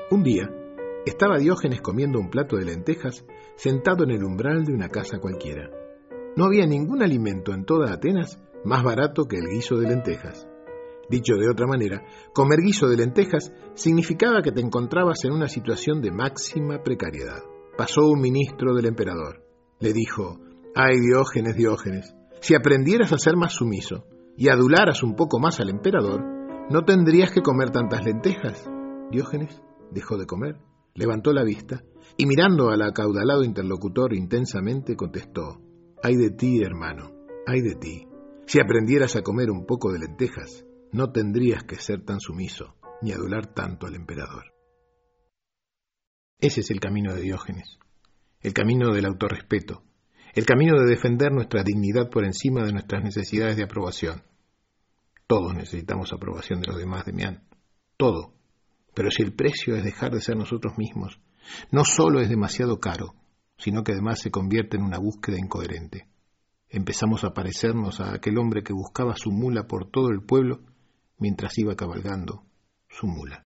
Un día, estaba Diógenes comiendo un plato de lentejas sentado en el umbral de una casa cualquiera. No había ningún alimento en toda Atenas más barato que el guiso de lentejas. Dicho de otra manera, comer guiso de lentejas significaba que te encontrabas en una situación de máxima precariedad. Pasó un ministro del emperador. Le dijo: «Ay, Diógenes, Diógenes, si aprendieras a ser más sumiso y adularas un poco más al emperador, no tendrías que comer tantas lentejas». Diógenes dejó de comer, levantó la vista y mirando al acaudalado interlocutor intensamente contestó: «Ay de ti, hermano, ay de ti. Si aprendieras a comer un poco de lentejas, no tendrías que ser tan sumiso ni adular tanto al emperador». Ese es el camino de Diógenes, el camino del autorrespeto, el camino de defender nuestra dignidad por encima de nuestras necesidades de aprobación. Todos necesitamos aprobación de los demás, Demián, todo. Pero si el precio es dejar de ser nosotros mismos, no solo es demasiado caro, sino que además se convierte en una búsqueda incoherente. Empezamos a parecernos a aquel hombre que buscaba su mula por todo el pueblo mientras iba cabalgando su mula.